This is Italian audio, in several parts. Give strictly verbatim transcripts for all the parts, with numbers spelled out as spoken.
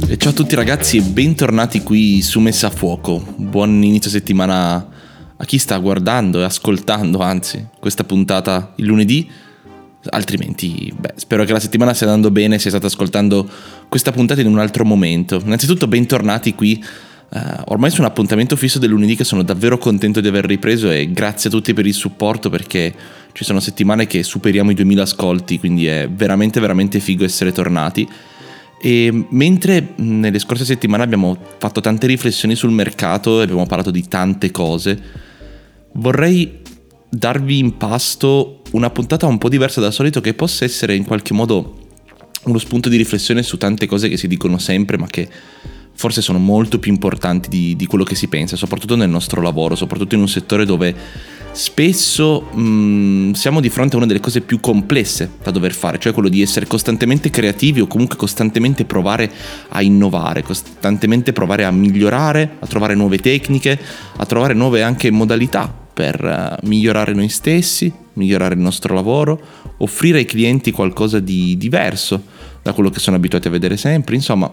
E ciao a tutti ragazzi e bentornati qui su Messa a Fuoco. Buon inizio settimana a chi sta guardando e ascoltando, anzi, questa puntata il lunedì. Altrimenti, beh, spero che la settimana stia andando bene se state ascoltando questa puntata in un altro momento. Innanzitutto bentornati qui, uh, ormai su un appuntamento fisso del lunedì che sono davvero contento di aver ripreso, e grazie a tutti per il supporto, perché ci sono settimane che superiamo i duemila ascolti, quindi è veramente veramente figo essere tornati. E mentre nelle scorse settimane abbiamo fatto tante riflessioni sul mercato e abbiamo parlato di tante cose, vorrei darvi in pasto una puntata un po' diversa dal solito, che possa essere in qualche modo uno spunto di riflessione su tante cose che si dicono sempre, ma che forse sono molto più importanti di, di quello che si pensa, soprattutto nel nostro lavoro, soprattutto in un settore dove spesso mh, siamo di fronte a una delle cose più complesse da dover fare, cioè quello di essere costantemente creativi o comunque costantemente provare a innovare, costantemente provare a migliorare, a trovare nuove tecniche, a trovare nuove anche modalità per uh, migliorare noi stessi, migliorare il nostro lavoro, offrire ai clienti qualcosa di diverso da quello che sono abituati a vedere sempre. Insomma,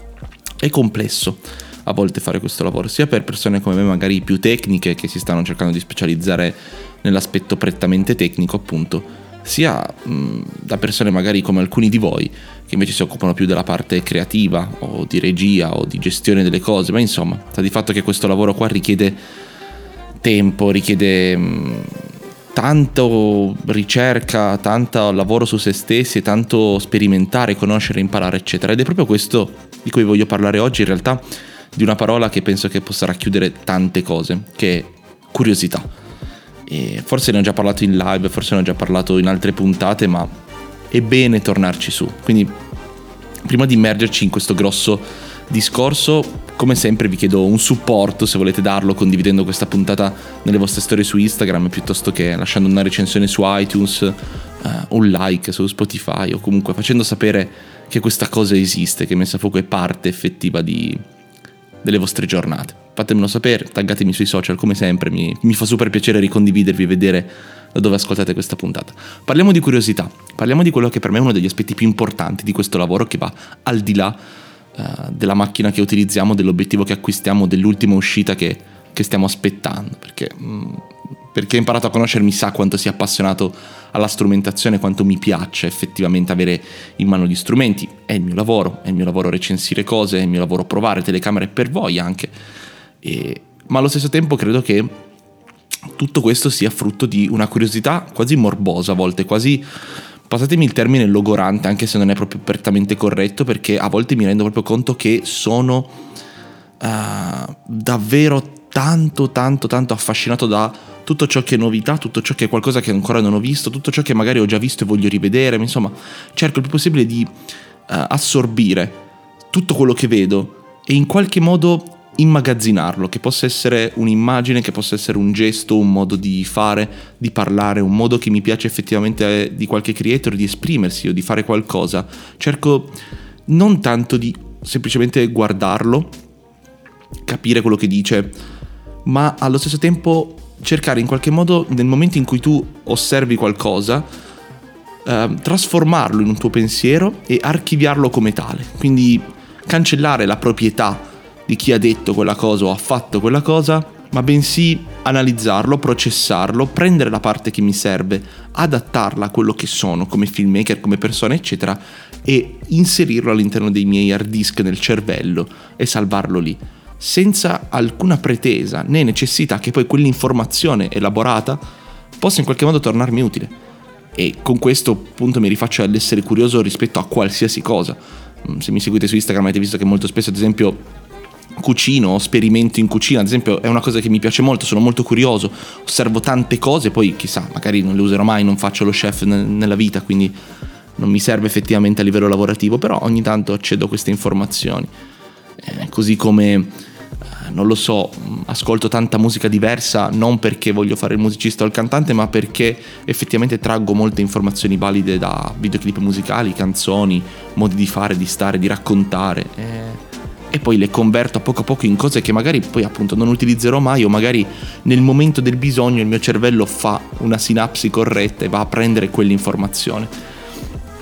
è complesso a volte fare questo lavoro, sia per persone come me magari più tecniche che si stanno cercando di specializzare nell'aspetto prettamente tecnico, appunto, sia mh, da persone magari come alcuni di voi che invece si occupano più della parte creativa o di regia o di gestione delle cose. Ma insomma, sta di fatto che questo lavoro qua richiede tempo, richiede mh, tanto ricerca, tanto lavoro su se stessi e tanto sperimentare, conoscere, imparare, eccetera. Ed è proprio questo di cui voglio parlare oggi, in realtà di una parola che penso che possa racchiudere tante cose, che è curiosità. E forse ne ho già parlato in live, forse ne ho già parlato in altre puntate, ma è bene tornarci su. Quindi, prima di immergerci in questo grosso discorso, come sempre vi chiedo un supporto, se volete darlo, condividendo questa puntata nelle vostre storie su Instagram, piuttosto che lasciando una recensione su iTunes, uh, un like su Spotify, o comunque facendo sapere che questa cosa esiste, che Messa a Fuoco è parte effettiva di delle vostre giornate. Fatemelo sapere, taggatemi sui social, come sempre, mi, mi fa super piacere ricondividervi e vedere da dove ascoltate questa puntata. Parliamo di curiosità, parliamo di quello che per me è uno degli aspetti più importanti di questo lavoro, che va al di là uh, della macchina che utilizziamo, dell'obiettivo che acquistiamo, dell'ultima uscita che, che stiamo aspettando, perché mh, perché ho imparato a conoscermi sa quanto sia appassionato alla strumentazione, quanto mi piace effettivamente avere in mano gli strumenti. È il mio lavoro, è il mio lavoro recensire cose, è il mio lavoro provare telecamere per voi anche, e, ma allo stesso tempo credo che tutto questo sia frutto di una curiosità quasi morbosa, a volte quasi, passatemi il termine, logorante, anche se non è proprio prettamente corretto, perché a volte mi rendo proprio conto che sono uh, davvero tanto tanto tanto affascinato da tutto ciò che è novità, tutto ciò che è qualcosa che ancora non ho visto, tutto ciò che magari ho già visto e voglio rivedere. Insomma, cerco il più possibile di uh, assorbire tutto quello che vedo e in qualche modo immagazzinarlo, che possa essere un'immagine, che possa essere un gesto, un modo di fare, di parlare, un modo che mi piace effettivamente di qualche creator di esprimersi o di fare qualcosa. Cerco non tanto di semplicemente guardarlo, capire quello che dice, ma allo stesso tempo cercare in qualche modo, nel momento in cui tu osservi qualcosa, eh, trasformarlo in un tuo pensiero e archiviarlo come tale. Quindi cancellare la proprietà di chi ha detto quella cosa o ha fatto quella cosa, ma bensì analizzarlo, processarlo, prendere la parte che mi serve, adattarla a quello che sono come filmmaker, come persona, eccetera, e inserirlo all'interno dei miei hard disk nel cervello e salvarlo lì, senza alcuna pretesa né necessità che poi quell'informazione elaborata possa in qualche modo tornarmi utile. E con questo appunto mi rifaccio all'essere curioso rispetto a qualsiasi cosa. Se mi seguite su Instagram avete visto che molto spesso, ad esempio, cucino, sperimento in cucina, ad esempio, è una cosa che mi piace molto, sono molto curioso, osservo tante cose, poi chissà, magari non le userò mai, non faccio lo chef n- nella vita, quindi non mi serve effettivamente a livello lavorativo, però ogni tanto accedo a queste informazioni. Eh, così come non lo so, ascolto tanta musica diversa, non perché voglio fare il musicista o il cantante, ma perché effettivamente traggo molte informazioni valide da videoclip musicali, canzoni, modi di fare, di stare, di raccontare, e, e poi le converto a poco a poco in cose che magari poi appunto non utilizzerò mai, o magari nel momento del bisogno il mio cervello fa una sinapsi corretta e va a prendere quell'informazione.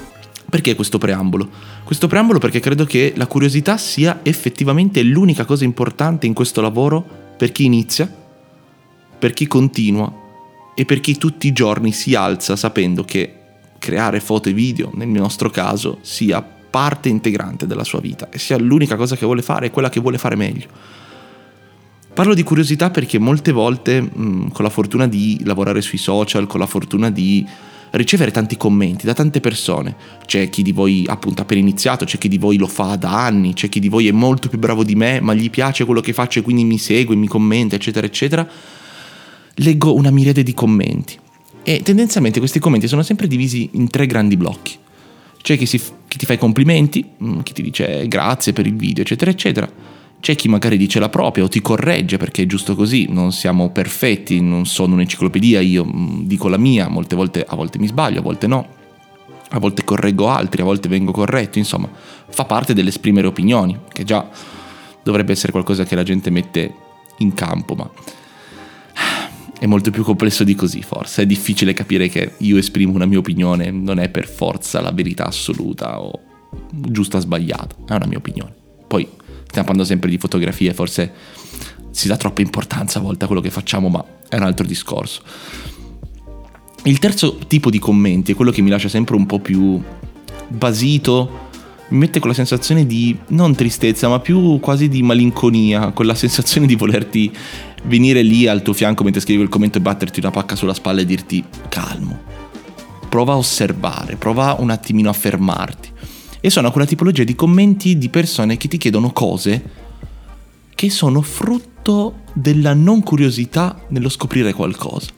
Perché questo preambolo? Questo preambolo perché credo che la curiosità sia effettivamente l'unica cosa importante in questo lavoro per chi inizia, per chi continua e per chi tutti i giorni si alza sapendo che creare foto e video, nel nostro caso, sia parte integrante della sua vita e sia l'unica cosa che vuole fare e quella che vuole fare meglio. Parlo di curiosità perché molte volte, mh, con la fortuna di lavorare sui social, con la fortuna di ricevere tanti commenti da tante persone, c'è chi di voi appunto appena iniziato, c'è chi di voi lo fa da anni, c'è chi di voi è molto più bravo di me ma gli piace quello che faccio e quindi mi segue, mi commenta, eccetera eccetera. Leggo una miriade di commenti e tendenzialmente questi commenti sono sempre divisi in tre grandi blocchi. C'è chi, si, chi ti fa i complimenti, chi ti dice grazie per il video, eccetera eccetera. C'è chi magari dice la propria o ti corregge perché è giusto così, non siamo perfetti, non sono un'enciclopedia, io dico la mia, molte volte, a volte mi sbaglio, a volte no, a volte correggo altri, a volte vengo corretto, insomma, fa parte dell'esprimere opinioni, che già dovrebbe essere qualcosa che la gente mette in campo, ma è molto più complesso di così forse, è difficile capire che io esprimo una mia opinione, non è per forza la verità assoluta o giusta o sbagliata, è una mia opinione. Poi stiamo parlando sempre di fotografie, forse si dà troppa importanza a volte a quello che facciamo, ma è un altro discorso. Il terzo tipo di commenti è quello che mi lascia sempre un po' più basito, mi mette quella sensazione di non tristezza, ma più quasi di malinconia, quella sensazione di volerti venire lì al tuo fianco mentre scrivi il commento e batterti una pacca sulla spalla e dirti calmo, prova a osservare, prova un attimino a fermarti. E sono quella tipologia di commenti di persone che ti chiedono cose che sono frutto della non curiosità nello scoprire qualcosa.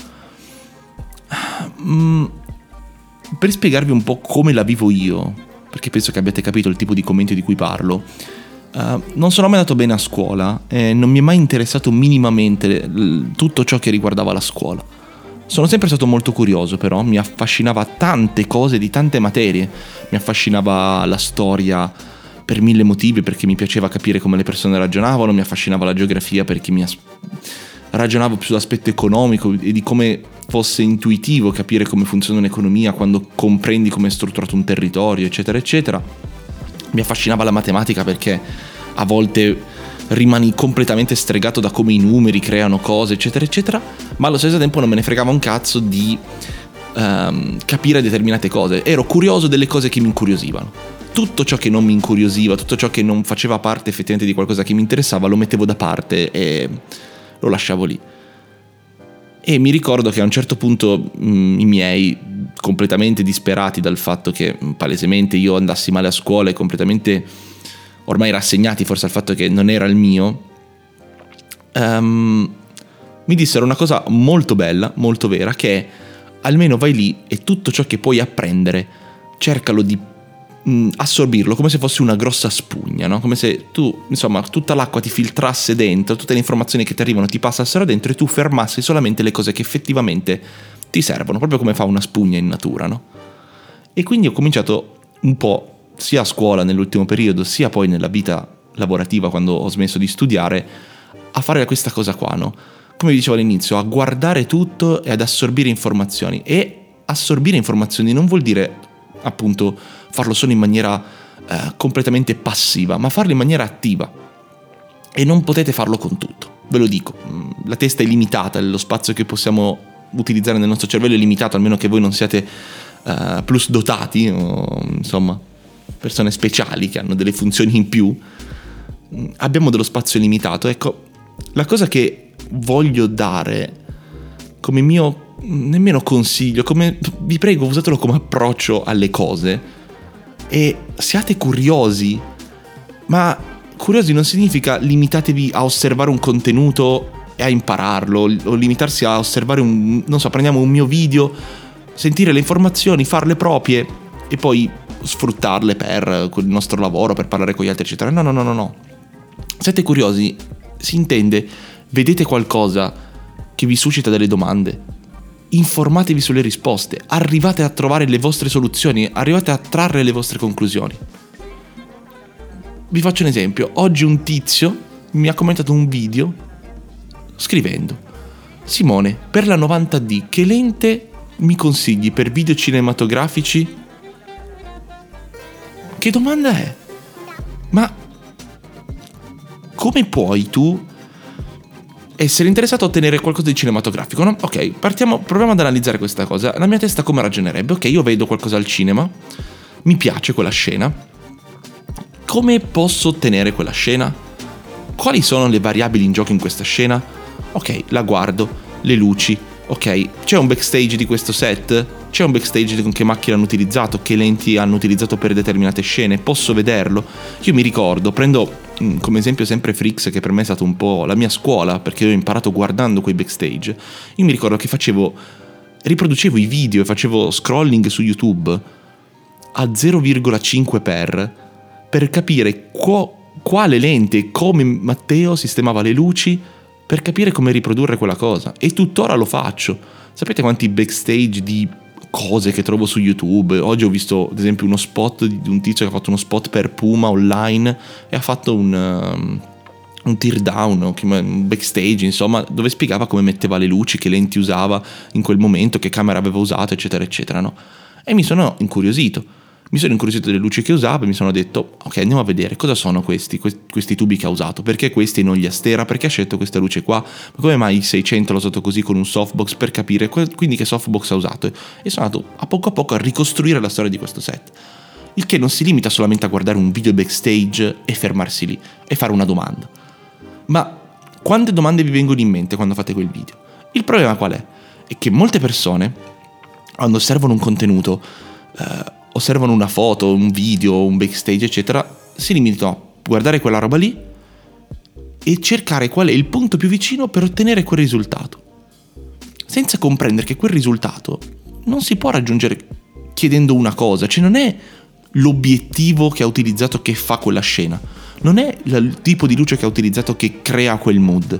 Mm, per spiegarvi un po' come la vivo io, perché penso che abbiate capito il tipo di commenti di cui parlo, uh, non sono mai andato bene a scuola e non mi è mai interessato minimamente tutto ciò che riguardava la scuola. Sono sempre stato molto curioso, però mi affascinava tante cose di tante materie, mi affascinava la storia per mille motivi, perché mi piaceva capire come le persone ragionavano, mi affascinava la geografia perché mi as- ragionavo più sull'aspetto economico e di come fosse intuitivo capire come funziona un'economia quando comprendi come è strutturato un territorio, eccetera eccetera. Mi affascinava la matematica perché a volte rimani completamente stregato da come i numeri creano cose, eccetera eccetera, ma allo stesso tempo non me ne fregava un cazzo di um, capire determinate cose. Ero curioso delle cose che mi incuriosivano. Tutto ciò che non mi incuriosiva, tutto ciò che non faceva parte effettivamente di qualcosa che mi interessava, lo mettevo da parte e lo lasciavo lì. E mi ricordo che a un certo punto mh, i miei, completamente disperati dal fatto che mh, palesemente io andassi male a scuola e completamente ormai rassegnati forse al fatto che non era il mio, um, mi dissero una cosa molto bella, molto vera, che è almeno vai lì e tutto ciò che puoi apprendere cercalo di mh, assorbirlo come se fosse una grossa spugna, no? Come se tu, insomma, tutta l'acqua ti filtrasse dentro, tutte le informazioni che ti arrivano ti passassero dentro e tu fermassi solamente le cose che effettivamente ti servono, proprio come fa una spugna in natura, no? E quindi ho cominciato un po', sia a scuola nell'ultimo periodo, sia poi nella vita lavorativa quando ho smesso di studiare, a fare questa cosa qua, no? Come vi dicevo all'inizio, a guardare tutto e ad assorbire informazioni. E assorbire informazioni non vuol dire, appunto, farlo solo in maniera eh, completamente passiva, ma farlo in maniera attiva. E non potete farlo con tutto, ve lo dico. La testa è limitata, lo spazio che possiamo utilizzare nel nostro cervello è limitato, almeno che voi non siate eh, plus dotati, o, insomma, persone speciali che hanno delle funzioni in più. Abbiamo dello spazio limitato. Ecco, la cosa che voglio dare come mio nemmeno consiglio, come vi prego usatelo come approccio alle cose, e siate curiosi, ma curiosi non significa limitatevi a osservare un contenuto e a impararlo, o limitarsi a osservare un, non so, prendiamo un mio video, sentire le informazioni, farle proprie e poi sfruttarle per il nostro lavoro, per parlare con gli altri, eccetera. No, no, no, no, no. Siete curiosi, si intende, vedete qualcosa che vi suscita delle domande, informatevi sulle risposte, arrivate a trovare le vostre soluzioni, arrivate a trarre le vostre conclusioni. Vi faccio un esempio. Oggi un tizio mi ha commentato un video scrivendo: Simone, per la novanta D che lente mi consigli per video cinematografici? Che domanda è? Ma come puoi tu essere interessato a ottenere qualcosa di cinematografico, no? Ok, partiamo, proviamo ad analizzare questa cosa. La mia testa come ragionerebbe? Ok, io vedo qualcosa al cinema, mi piace quella scena. Come posso ottenere quella scena? Quali sono le variabili in gioco in questa scena? Ok, la guardo, le luci. Ok, c'è un backstage di questo set? C'è un backstage con che macchine hanno utilizzato, che lenti hanno utilizzato per determinate scene? Posso vederlo? Io mi ricordo, prendo come esempio sempre Freaks, che per me è stato un po' la mia scuola, perché io ho imparato guardando quei backstage. Io mi ricordo che facevo, riproducevo i video e facevo scrolling su YouTube a zero virgola cinque per per capire qua, quale lente, come Matteo sistemava le luci, per capire come riprodurre quella cosa. E tuttora lo faccio. Sapete quanti backstage di cose che trovo su YouTube? Oggi ho visto ad esempio uno spot di un tizio che ha fatto uno spot per Puma online e ha fatto un, um, un tear down, un backstage insomma, dove spiegava come metteva le luci, che lenti usava in quel momento, che camera aveva usato, eccetera eccetera, no? E mi sono incuriosito. Mi sono incuriosito delle luci che usava e mi sono detto ok, andiamo a vedere cosa sono questi, questi tubi che ha usato, perché questi non gli Astera, perché ha scelto questa luce qua, ma come mai il seicento l'ho usato così con un softbox, per capire quindi che softbox ha usato, e sono andato a poco a poco a ricostruire la storia di questo set, il che non si limita solamente a guardare un video backstage e fermarsi lì e fare una domanda. Ma quante domande vi vengono in mente quando fate quel video? Il problema qual è? È che molte persone, quando osservano un contenuto, eh, osservano una foto, un video, un backstage, eccetera, si limitano a guardare quella roba lì e cercare qual è il punto più vicino per ottenere quel risultato, senza comprendere che quel risultato non si può raggiungere chiedendo una cosa, cioè non è l'obiettivo che ha utilizzato che fa quella scena, non è il tipo di luce che ha utilizzato che crea quel mood,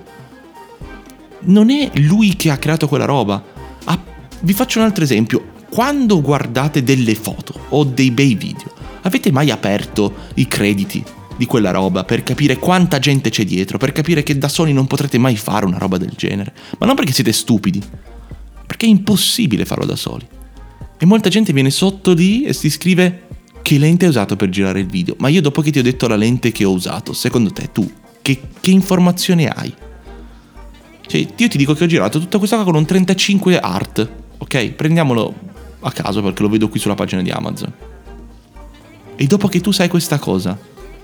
non è lui che ha creato quella roba. Ah, vi faccio un altro esempio. Quando guardate delle foto o dei bei video, avete mai aperto i crediti di quella roba per capire quanta gente c'è dietro, per capire che da soli non potrete mai fare una roba del genere? Ma non perché siete stupidi, perché è impossibile farlo da soli. E molta gente viene sotto lì e si scrive che lente hai usato per girare il video. Ma io dopo che ti ho detto la lente che ho usato, secondo te tu che, che informazione hai? Cioè io ti dico che ho girato tutta questa cosa con un trentacinque art, ok? Prendiamolo a caso perché lo vedo qui sulla pagina di Amazon. E dopo che tu sai questa cosa,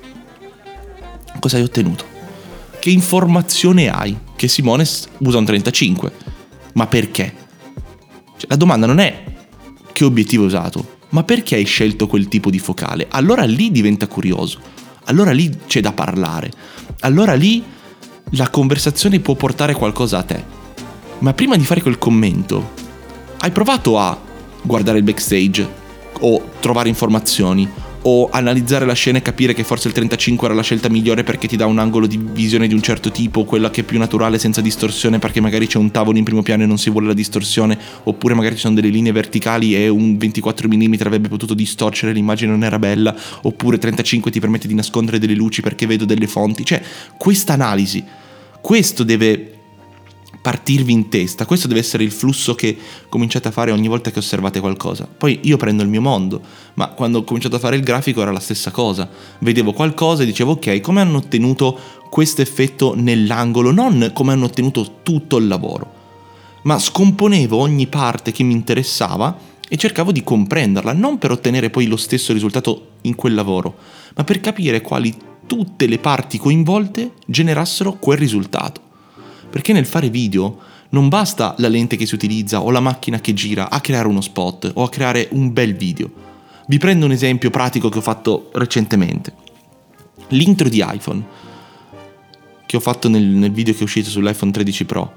cosa hai ottenuto? Che informazione hai? Che Simone usa un trentacinque. Ma perché? Cioè, la domanda non è che obiettivo hai usato, ma perché hai scelto quel tipo di focale? Allora lì diventa curioso. Allora lì c'è da parlare. Allora lì la conversazione può portare qualcosa a te. Ma prima di fare quel commento, hai provato a guardare il backstage o trovare informazioni o analizzare la scena e capire che forse il trentacinque era la scelta migliore perché ti dà un angolo di visione di un certo tipo, quella che è più naturale senza distorsione, perché magari c'è un tavolo in primo piano e non si vuole la distorsione, oppure magari ci sono delle linee verticali e un ventiquattro millimetri avrebbe potuto distorcere, l'immagine non era bella, oppure trentacinque ti permette di nascondere delle luci perché vedo delle fonti. Cioè questa analisi, questo deve partirvi in testa, questo deve essere il flusso che cominciate a fare ogni volta che osservate qualcosa. Poi io prendo il mio mondo, ma quando ho cominciato a fare il grafico era la stessa cosa, vedevo qualcosa e dicevo ok, come hanno ottenuto questo effetto nell'angolo, non come hanno ottenuto tutto il lavoro, ma scomponevo ogni parte che mi interessava e cercavo di comprenderla, non per ottenere poi lo stesso risultato in quel lavoro, ma per capire quali tutte le parti coinvolte generassero quel risultato. Perché nel fare video non basta la lente che si utilizza o la macchina che gira a creare uno spot o a creare un bel video. Vi prendo un esempio pratico che ho fatto recentemente. L'intro di iPhone, che ho fatto nel, nel video che è uscito sull'iPhone tredici Pro,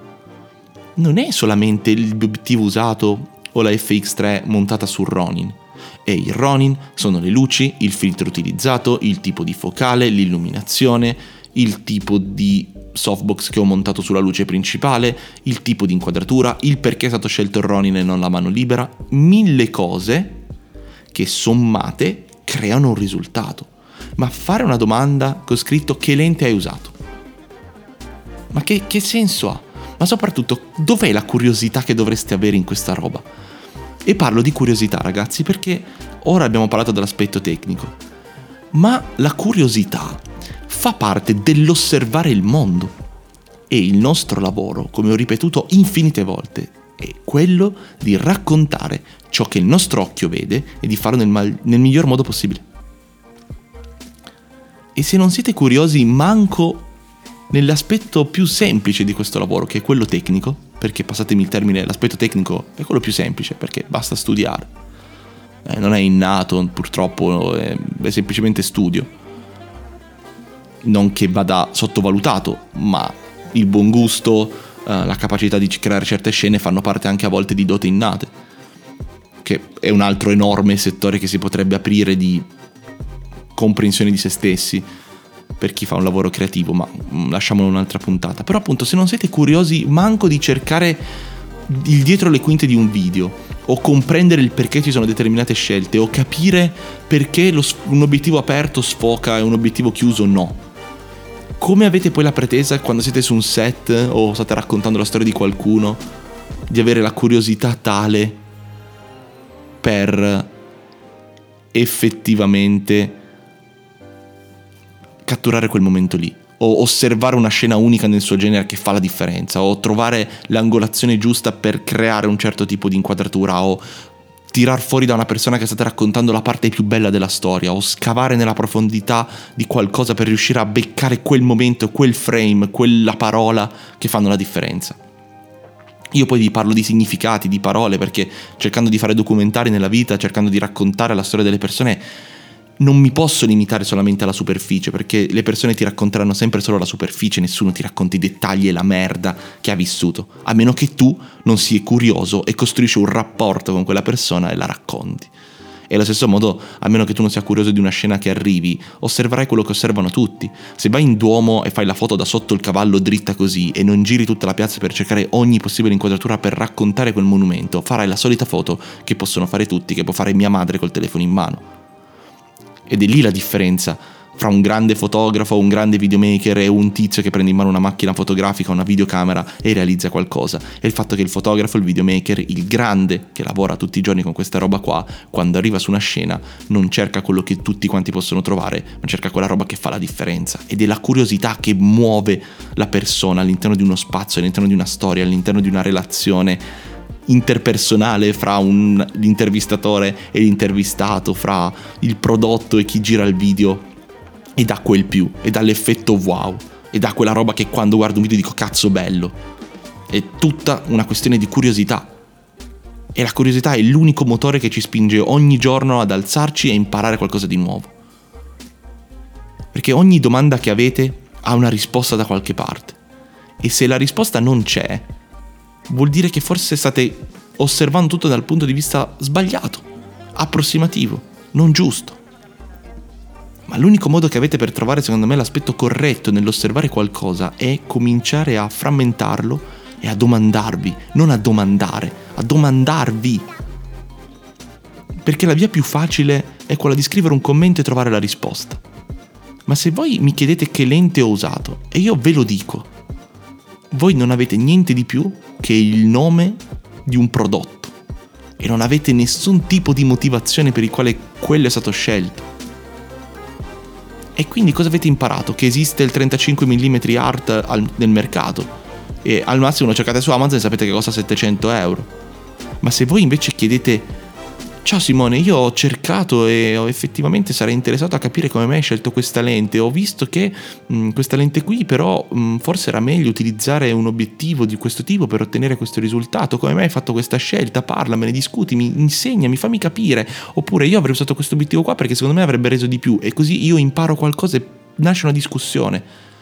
non è solamente l'obiettivo usato o la F X tre montata sul Ronin. E il Ronin sono le luci, il filtro utilizzato, il tipo di focale, l'illuminazione, il tipo di softbox che ho montato sulla luce principale, il tipo di inquadratura, il perché è stato scelto il Ronin e non la mano libera, mille cose che sommate creano un risultato. Ma fare una domanda con scritto che lente hai usato? Ma che, che senso ha? Ma soprattutto dov'è la curiosità che dovreste avere in questa roba? E parlo di curiosità, ragazzi, perché ora abbiamo parlato dell'aspetto tecnico, ma la curiosità fa parte dell'osservare il mondo. E il nostro lavoro, come ho ripetuto infinite volte, è quello di raccontare ciò che il nostro occhio vede e di farlo nel, mal- nel miglior modo possibile. E se non siete curiosi manco nell'aspetto più semplice di questo lavoro, che è quello tecnico, perché passatemi il termine, l'aspetto tecnico è quello più semplice, perché basta studiare. Eh, non è innato, purtroppo, è, è semplicemente studio. Non che vada sottovalutato, ma il buon gusto, eh, la capacità di creare certe scene fanno parte anche a volte di dote innate, che è un altro enorme settore che si potrebbe aprire di comprensione di se stessi per chi fa un lavoro creativo, ma lasciamolo un'altra puntata. Però appunto, se non siete curiosi manco di cercare il dietro le quinte di un video, o comprendere il perché ci sono determinate scelte, o capire perché lo, un obiettivo aperto sfoca e un obiettivo chiuso no, come avete poi la pretesa quando siete su un set o state raccontando la storia di qualcuno di avere la curiosità tale per effettivamente catturare quel momento lì, o osservare una scena unica nel suo genere che fa la differenza, o trovare l'angolazione giusta per creare un certo tipo di inquadratura, o tirar fuori da una persona che state raccontando la parte più bella della storia, o scavare nella profondità di qualcosa per riuscire a beccare quel momento, quel frame, quella parola che fanno la differenza. Io poi vi parlo di significati, di parole, perché cercando di fare documentari nella vita, cercando di raccontare la storia delle persone, non mi posso limitare solamente alla superficie, perché le persone ti racconteranno sempre solo la superficie, nessuno ti racconta i dettagli e la merda che ha vissuto, a meno che tu non sia curioso e costruisci un rapporto con quella persona e la racconti. E allo stesso modo, a meno che tu non sia curioso di una scena che arrivi, osserverai quello che osservano tutti. Se vai in Duomo e fai la foto da sotto il cavallo dritta così e non giri tutta la piazza per cercare ogni possibile inquadratura per raccontare quel monumento, farai la solita foto che possono fare tutti, che può fare mia madre col telefono in mano. Ed è lì la differenza fra un grande fotografo, un grande videomaker e un tizio che prende in mano una macchina fotografica, una videocamera e realizza qualcosa. È il fatto che il fotografo, il videomaker, il grande che lavora tutti i giorni con questa roba qua, quando arriva su una scena non cerca quello che tutti quanti possono trovare, ma cerca quella roba che fa la differenza. Ed è la curiosità che muove la persona all'interno di uno spazio, all'interno di una storia, all'interno di una relazione interpersonale fra un, l'intervistatore e l'intervistato, fra il prodotto e chi gira il video, e dà quel più, e dà l'effetto wow, e dà quella roba che quando guardo un video dico cazzo bello. È tutta una questione di curiosità, e la curiosità è l'unico motore che ci spinge ogni giorno ad alzarci e imparare qualcosa di nuovo, perché ogni domanda che avete ha una risposta da qualche parte, e se la risposta non c'è vuol dire che forse state osservando tutto dal punto di vista sbagliato, approssimativo, non giusto. Ma l'unico modo che avete per trovare, secondo me, l'aspetto corretto nell'osservare qualcosa è cominciare a frammentarlo e a domandarvi, non a domandare, a domandarvi. Perché la via più facile è quella di scrivere un commento e trovare la risposta. Ma se voi mi chiedete che lente ho usato, e io ve lo dico, voi non avete niente di più che il nome di un prodotto e non avete nessun tipo di motivazione per il quale quello è stato scelto. E quindi cosa avete imparato? Che esiste il trentacinque millimetri art al, nel mercato, e al massimo lo cercate su Amazon e sapete che costa settecento euro. Ma se voi invece chiedete: ciao Simone, io ho cercato e ho effettivamente sarei interessato a capire come mai hai scelto questa lente. Ho visto che mh, questa lente qui però mh, forse era meglio utilizzare un obiettivo di questo tipo per ottenere questo risultato. Come mai hai fatto questa scelta? Parlamene, discutimi, insegnami, fammi capire. Oppure io avrei usato questo obiettivo qua perché secondo me avrebbe reso di più, e così io imparo qualcosa e nasce una discussione.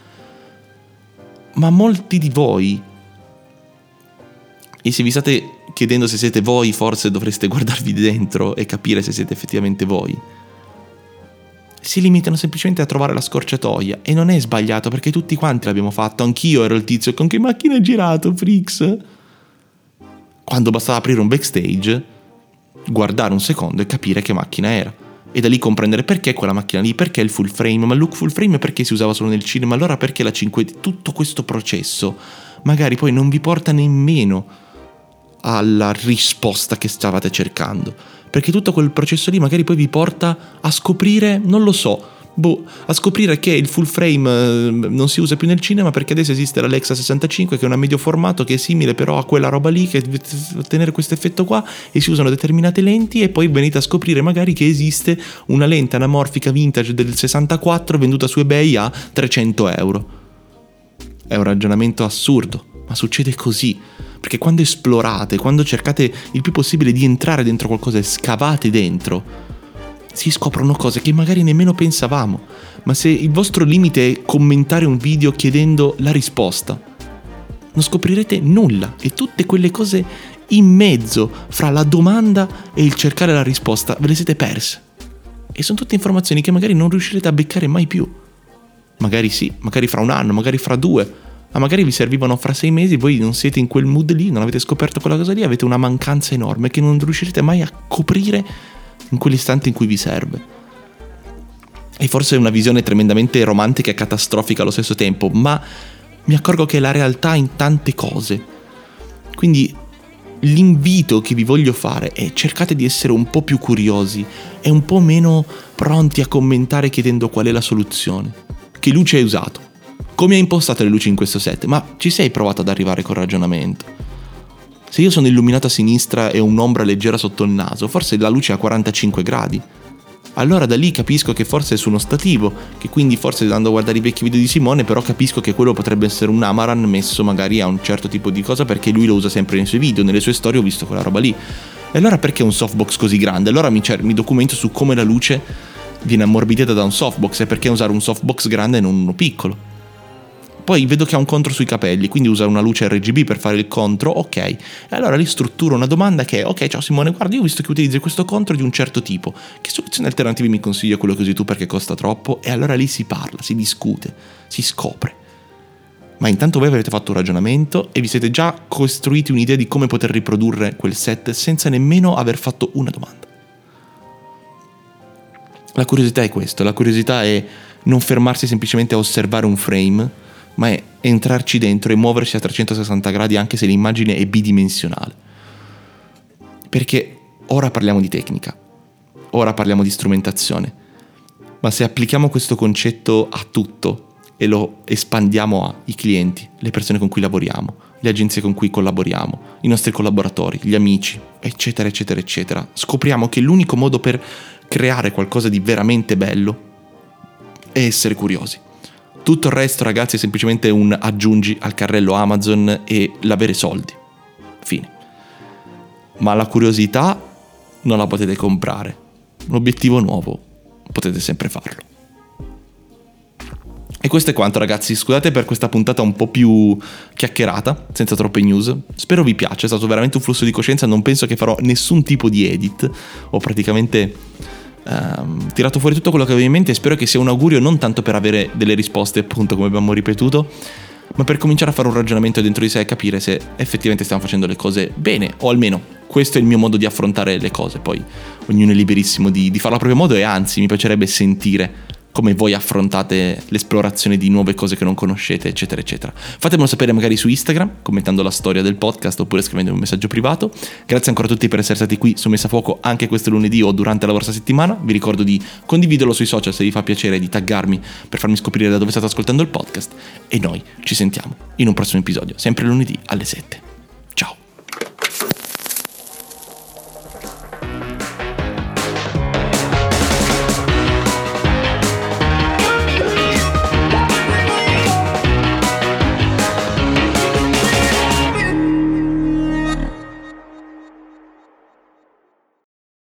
Ma molti di voi, e se vi state chiedendo se siete voi, forse dovreste guardarvi dentro e capire se siete effettivamente voi, si limitano semplicemente a trovare la scorciatoia. E non è sbagliato, perché tutti quanti l'abbiamo fatto. Anch'io ero il tizio: con che macchina hai girato, Frix? Quando bastava aprire un backstage, guardare un secondo e capire che macchina era, e da lì comprendere perché quella macchina lì, perché il full frame, ma il look full frame perché si usava solo nel cinema, allora perché la cinque D. Tutto questo processo magari poi non vi porta nemmeno alla risposta che stavate cercando, perché tutto quel processo lì magari poi vi porta a scoprire, non lo so, Boh, a scoprire che il full frame eh, non si usa più nel cinema perché adesso esiste l'Alexa sessantacinque, che è un medio formato che è simile però a quella roba lì, che deve ottenere questo effetto qua, e si usano determinate lenti, e poi venite a scoprire magari che esiste una lente anamorfica vintage del sessantaquattro venduta su eBay a trecento euro. È un ragionamento assurdo, ma succede così, perché quando esplorate, quando cercate il più possibile di entrare dentro qualcosa e scavate dentro, si scoprono cose che magari nemmeno pensavamo. Ma se il vostro limite è commentare un video chiedendo la risposta, non scoprirete nulla, e tutte quelle cose in mezzo fra la domanda e il cercare la risposta ve le siete perse, e sono tutte informazioni che magari non riuscirete a beccare mai più. Magari sì, magari fra un anno, magari fra due, ma magari vi servivano fra sei mesi, voi non siete in quel mood lì, non avete scoperto quella cosa lì, avete una mancanza enorme che non riuscirete mai a coprire in quell'istante in cui vi serve. E forse è una visione tremendamente romantica e catastrofica allo stesso tempo, ma mi accorgo che è la realtà in tante cose. Quindi l'invito che vi voglio fare è: cercate di essere un po' più curiosi e un po' meno pronti a commentare chiedendo qual è la soluzione. Che luce hai usato? Come hai impostato le luci in questo set? Ma ci sei provato ad arrivare col ragionamento? Se io sono illuminato a sinistra e ho un'ombra leggera sotto il naso, forse la luce è a quarantacinque gradi. Allora da lì capisco che forse è su uno stativo, che quindi forse andando a guardare i vecchi video di Simone, però capisco che quello potrebbe essere un Amaran messo magari a un certo tipo di cosa, perché lui lo usa sempre nei suoi video, nelle sue storie ho visto quella roba lì. E allora perché un softbox così grande? Allora mi, cer- mi documento su come la luce viene ammorbidita da un softbox, e perché usare un softbox grande e non uno piccolo. Poi vedo che ha un contro sui capelli, quindi usa una luce R G B per fare il contro, ok. E allora lì strutturo una domanda che è: ok, ciao Simone, guarda, io ho visto che utilizzi questo contro di un certo tipo, che soluzioni alternative mi consigli a quello che usi tu perché costa troppo? E allora lì si parla, si discute, si scopre. Ma intanto voi avete fatto un ragionamento e vi siete già costruiti un'idea di come poter riprodurre quel set senza nemmeno aver fatto una domanda. La curiosità è questo, la curiosità è non fermarsi semplicemente a osservare un frame, ma è entrarci dentro e muoversi a trecentosessanta gradi anche se l'immagine è bidimensionale. Perché ora parliamo di tecnica, ora parliamo di strumentazione, ma se applichiamo questo concetto a tutto e lo espandiamo ai clienti, le persone con cui lavoriamo, le agenzie con cui collaboriamo, i nostri collaboratori, gli amici, eccetera eccetera eccetera, scopriamo che l'unico modo per creare qualcosa di veramente bello è essere curiosi. Tutto il resto, ragazzi, è semplicemente un aggiungi al carrello Amazon e l'avere soldi. Fine. Ma la curiosità non la potete comprare. Un obiettivo nuovo potete sempre farlo. E questo è quanto, ragazzi. Scusate per questa puntata un po' più chiacchierata, senza troppe news. Spero vi piaccia, è stato veramente un flusso di coscienza. Non penso che farò nessun tipo di edit. Ho praticamente Um, tirato fuori tutto quello che avevo in mente, e spero che sia un augurio non tanto per avere delle risposte, appunto, come abbiamo ripetuto, ma per cominciare a fare un ragionamento dentro di sé e capire se effettivamente stiamo facendo le cose bene, o almeno questo è il mio modo di affrontare le cose. Poi ognuno è liberissimo di, di farlo a proprio modo, e anzi mi piacerebbe sentire come voi affrontate l'esplorazione di nuove cose che non conoscete, eccetera eccetera. Fatemelo sapere magari su Instagram, commentando la storia del podcast, oppure scrivendo un messaggio privato. Grazie ancora a tutti per essere stati qui su Messa a Fuoco anche questo lunedì o durante la vostra settimana. Vi ricordo di condividerlo sui social se vi fa piacere, di taggarmi per farmi scoprire da dove state ascoltando il podcast, e noi ci sentiamo in un prossimo episodio, sempre lunedì alle sette.